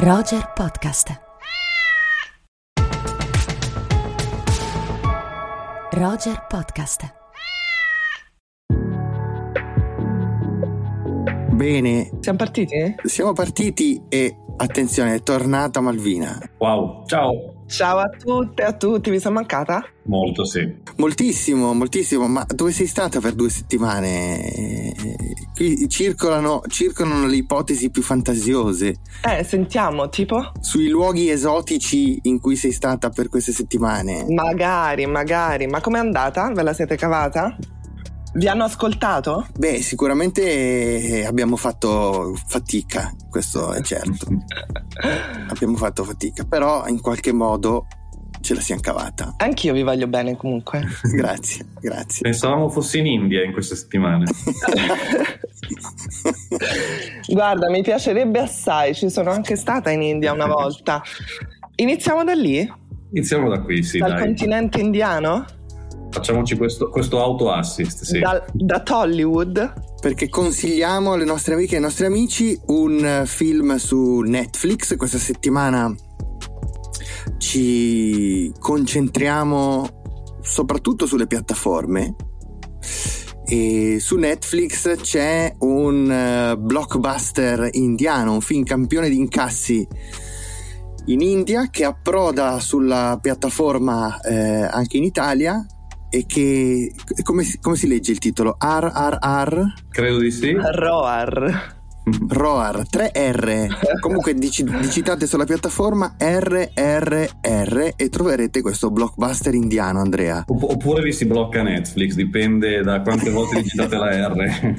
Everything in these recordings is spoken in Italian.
Roger Podcast. Roger Podcast. Bene. Siamo partiti? Siamo partiti e attenzione, è tornata Malvina. Wow, ciao. Ciao a tutte e a tutti, vi sono mancata? Molto, sì. Moltissimo, ma dove sei stata per 2 settimane? Qui circolano le ipotesi più fantasiose. Sentiamo, tipo? Sui luoghi esotici in cui sei stata per queste settimane. Magari, ma com'è andata? Ve la siete cavata? Vi hanno ascoltato? Beh, sicuramente abbiamo fatto fatica, questo è certo. Abbiamo fatto fatica, però in qualche modo ce la siamo cavata. Anch'io vi voglio bene comunque. Grazie. Pensavamo fossi in India in queste settimane. Guarda, mi piacerebbe assai, ci sono anche stata in India una volta. Iniziamo da lì? Iniziamo da qui, sì. Dal dai. continente indiano? Facciamoci questo auto-assist, sì. Da Tollywood? Perché consigliamo alle nostre amiche e ai nostri amici un film su Netflix. Questa settimana ci concentriamo soprattutto sulle piattaforme e su Netflix c'è un blockbuster indiano, un film campione di incassi in India che approda sulla piattaforma anche in Italia e che come si legge il titolo? RRR? Credo di sì. Roar, 3 R. Comunque digitate sulla piattaforma RRR e troverete questo blockbuster indiano, Andrea. Oppure vi si blocca Netflix, dipende da quante volte digitate la R.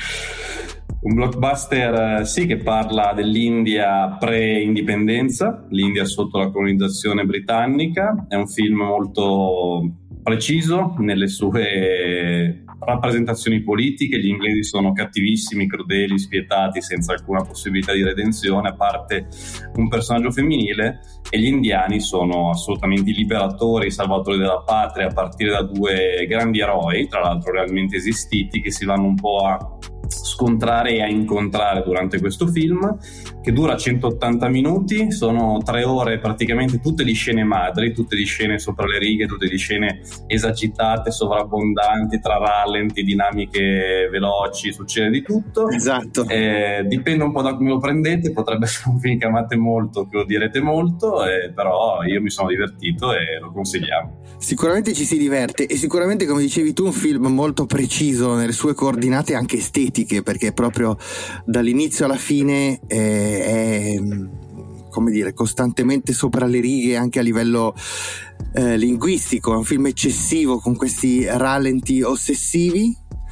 Un blockbuster, sì, che parla dell'India pre-indipendenza, l'India sotto la colonizzazione britannica. È un film molto preciso nelle sue rappresentazioni politiche. Gli inglesi sono cattivissimi, crudeli, spietati, senza alcuna possibilità di redenzione, a parte un personaggio femminile, e gli indiani sono assolutamente i liberatori, i salvatori della patria, a partire da 2 grandi eroi, tra l'altro realmente esistiti, che si vanno un po' a scontrare e a incontrare durante questo film, che dura 180 minuti, sono 3 ore praticamente tutte di scene madri, tutte di scene sopra le righe, tutte di scene esagitate, sovrabbondanti, tra rallenti, dinamiche veloci, succede di tutto. Esatto. Dipende un po' da come lo prendete, potrebbe essere un film che amate molto, che odierete molto, però io mi sono divertito e lo consigliamo. Sicuramente ci si diverte e sicuramente, come dicevi tu, un film molto preciso nelle sue coordinate anche estetiche, perché proprio dall'inizio alla fine è come dire, costantemente sopra le righe anche a livello linguistico. È un film eccessivo con questi rallenti ossessivi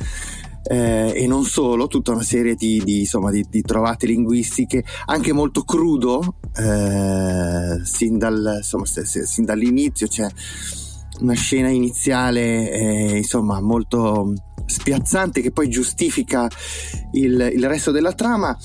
e non solo, tutta una serie di trovate linguistiche, anche molto crudo sin dall'inizio. C'è una scena iniziale molto spiazzante che poi giustifica il resto della trama.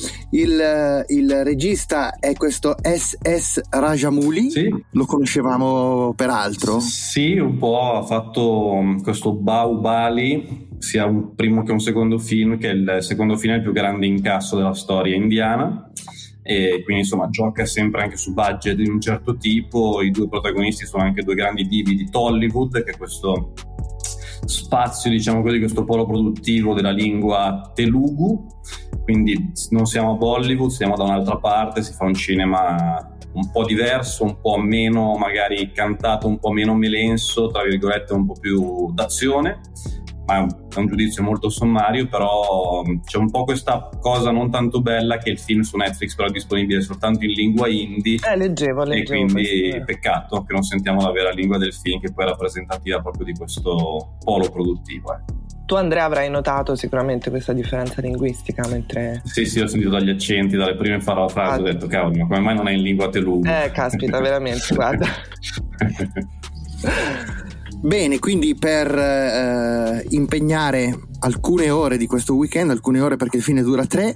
Il regista è questo S.S. Rajamouli. Sì. Lo conoscevamo peraltro? Sì, un po'. Ha fatto questo Bahubali, sia un primo che un secondo film, che è il secondo film il più grande incasso della storia indiana, e quindi gioca sempre anche su budget di un certo tipo. I 2 protagonisti sono anche 2 grandi divi di Tollywood, che è questo spazio, diciamo così, questo polo produttivo della lingua telugu. Quindi non siamo a Bollywood, siamo da un'altra parte, si fa un cinema un po' diverso, un po' meno magari cantato, un po' meno melenso, tra virgolette, un po' più d'azione. Ma è un giudizio molto sommario, però c'è un po' questa cosa non tanto bella, che il film su Netflix però è disponibile soltanto in lingua hindi. Leggevo. E quindi peccato che non sentiamo la vera lingua del film, che poi è rappresentativa proprio di questo polo produttivo. Tu, Andrea, avrai notato sicuramente questa differenza linguistica mentre... Sì, ho sentito dagli accenti, dalle prime frasi, ho detto cavolo, ma come mai non è in lingua telugu? Caspita, veramente, guarda. Bene, quindi per impegnare alcune ore di questo weekend, alcune ore perché il film dura 3,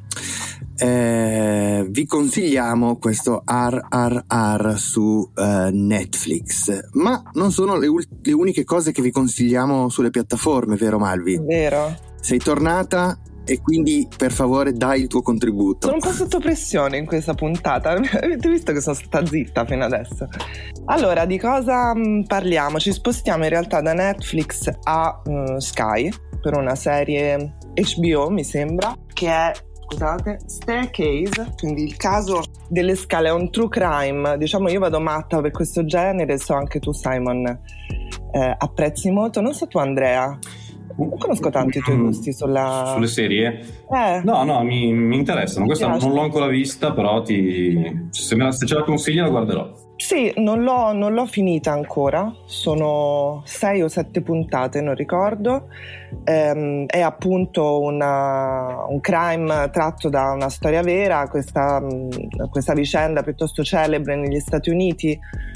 vi consigliamo questo RRR su Netflix. Ma non sono le uniche cose che vi consigliamo sulle piattaforme, vero Malvi? Vero. Sei tornata e quindi per favore dai il tuo contributo. Sono un po' sotto pressione in questa puntata. Avete visto che sono stata zitta fino adesso? Allora, di cosa parliamo? Ci spostiamo in realtà da Netflix a Sky per una serie HBO, mi sembra, che è, scusate, Staircase, quindi il caso delle scale, è un true crime. Diciamo, io vado matta per questo genere, so anche tu, Simon, apprezzi molto. Non so tu, Andrea. Non conosco tanto i tuoi gusti sulle serie. No, mi interessano. Questa non l'ho ancora vista, però se ce la consigli la guarderò. Sì, non l'ho finita ancora, sono 6 o 7 puntate, non ricordo. È appunto un crime tratto da una storia vera, questa vicenda piuttosto celebre negli Stati Uniti,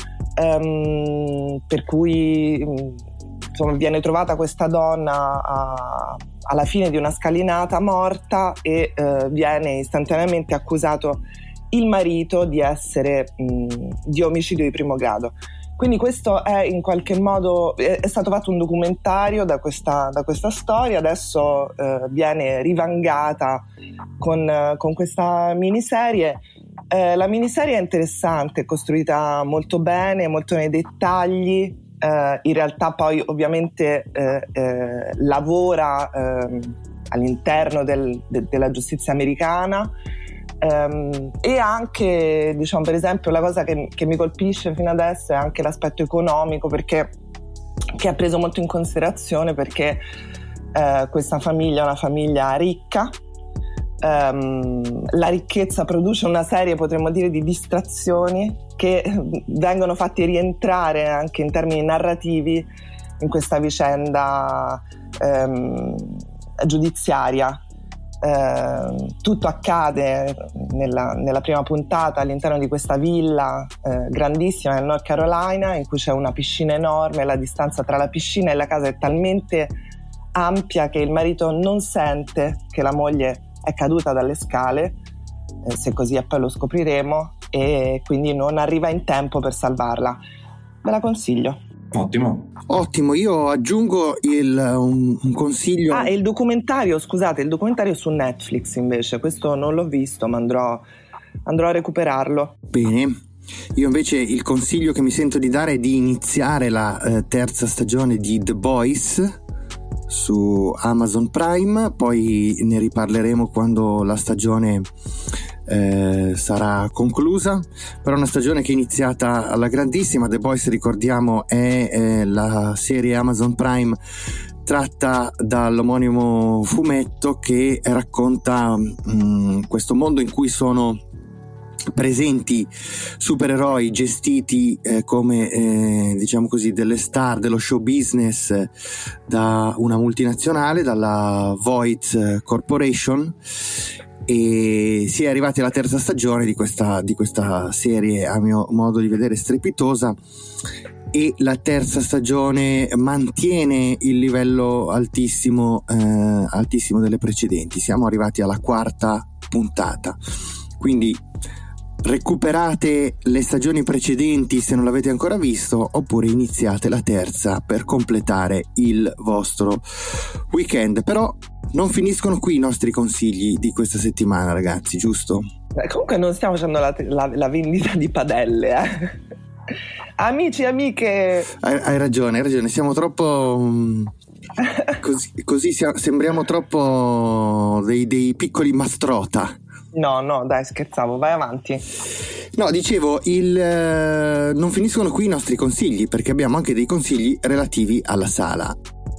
per cui insomma, viene trovata questa donna alla fine di una scalinata morta e viene istantaneamente accusato il marito di essere di omicidio di primo grado. Quindi questo è in qualche modo, è stato fatto un documentario da questa storia, adesso viene rivangata con questa miniserie. La miniserie è interessante, è costruita molto bene, molto nei dettagli. In realtà poi ovviamente lavora all'interno della giustizia americana, e anche, diciamo, per esempio, la cosa che mi colpisce fino adesso è anche l'aspetto economico, perché che ha preso molto in considerazione, perché questa famiglia è una famiglia ricca. La ricchezza produce una serie, potremmo dire, di distrazioni che vengono fatte rientrare anche in termini narrativi in questa vicenda giudiziaria. Tutto accade nella prima puntata all'interno di questa villa grandissima nel North Carolina, in cui c'è una piscina enorme. La distanza tra la piscina e la casa è talmente ampia che il marito non sente che la moglie è caduta dalle scale, se così è poi lo scopriremo, e quindi non arriva in tempo per salvarla. Ve la consiglio. Ottimo, io aggiungo un consiglio. E il documentario su Netflix invece, questo non l'ho visto, ma andrò a recuperarlo. Bene, io invece il consiglio che mi sento di dare è di iniziare la terza stagione di The Boys su Amazon Prime, poi ne riparleremo quando la stagione sarà conclusa. Però una stagione che è iniziata alla grandissima. The Boys, ricordiamo, è la serie Amazon Prime tratta dall'omonimo fumetto che racconta questo mondo in cui sono presenti supereroi gestiti come diciamo così delle star dello show business da una multinazionale, dalla Voight Corporation, e si è arrivati alla terza stagione di questa serie, a mio modo di vedere strepitosa, e la terza stagione mantiene il livello altissimo delle precedenti. Siamo arrivati alla quarta puntata, quindi recuperate le stagioni precedenti se non l'avete ancora visto, oppure iniziate la terza per completare il vostro weekend. Però non finiscono qui i nostri consigli di questa settimana, ragazzi, giusto? Comunque non stiamo facendo la vendita di padelle, amici, amiche. Hai ragione, siamo troppo così sembriamo troppo dei piccoli mastrota. No, dai, scherzavo, vai avanti. No, dicevo, non finiscono qui i nostri consigli, perché abbiamo anche dei consigli relativi alla sala.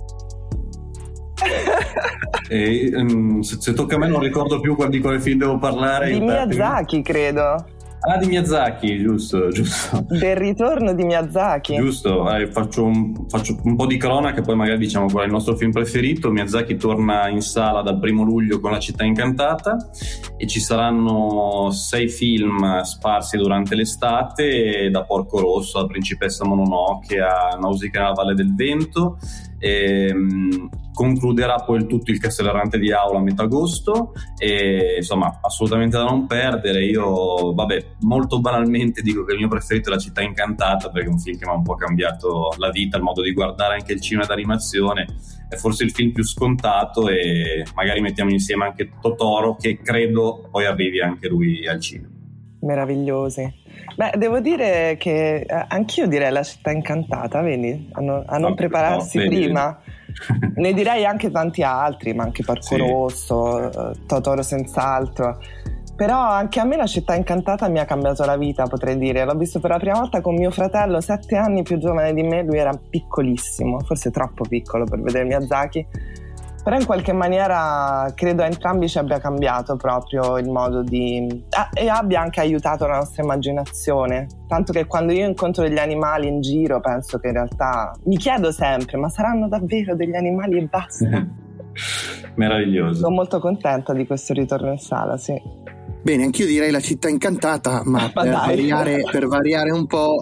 Se tocca a me non ricordo più di quale film devo parlare. Di Miyazaki, credo. Di Miyazaki, giusto. Del ritorno di Miyazaki. Giusto, faccio un po' di cronaca, poi magari diciamo qual è il nostro film preferito. Miyazaki torna in sala dal 1 luglio con La città incantata, e ci saranno 6 film sparsi durante l'estate, da Porco Rosso a Principessa Mononoke a Nausicaa nella Valle del Vento. Concluderà poi il tutto il Castello Errante di Aula a metà agosto, e insomma assolutamente da non perdere. Io molto banalmente dico che il mio preferito è La città incantata, perché è un film che mi ha un po' cambiato la vita, il modo di guardare anche il cinema d'animazione. è forse il film più scontato, e magari mettiamo insieme anche Totoro, che credo poi arrivi anche lui al cinema. Meravigliosi. Beh, devo dire che anch'io direi La città incantata, vedi? A non prepararsi prima. Ne direi anche tanti altri, ma anche Porco Rosso, Totoro senz'altro. Però anche a me La città incantata mi ha cambiato la vita, potrei dire. L'ho visto per la prima volta con mio fratello, 7 anni più giovane di me. Lui era piccolissimo, forse troppo piccolo per vedere Miyazaki, però in qualche maniera credo a entrambi ci abbia cambiato proprio il modo di... e abbia anche aiutato la nostra immaginazione, tanto che quando io incontro degli animali in giro penso che in realtà, mi chiedo sempre, ma saranno davvero degli animali e basta? Meraviglioso. Sono molto contenta di questo ritorno in sala, sì. Bene, anch'io direi La città incantata, ma per variare un po',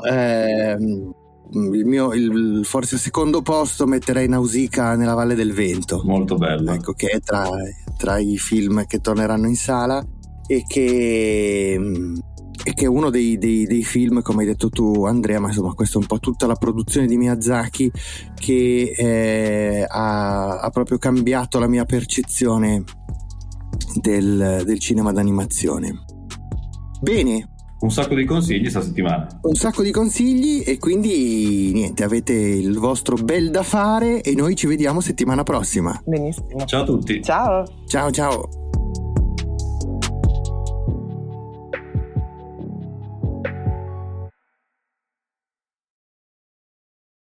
forse il secondo posto metterei Nausicaa nella Valle del Vento. Molto bello. Ecco, che è tra i film che torneranno in sala, e che è uno dei film, come hai detto tu Andrea, ma insomma questo è un po' tutta la produzione di Miyazaki che ha proprio cambiato la mia percezione del cinema d'animazione. Bene, un sacco di consigli sta settimana. Un sacco di consigli, e quindi niente, avete il vostro bel da fare e noi ci vediamo settimana prossima. Benissimo. Ciao a tutti. Ciao. Ciao ciao.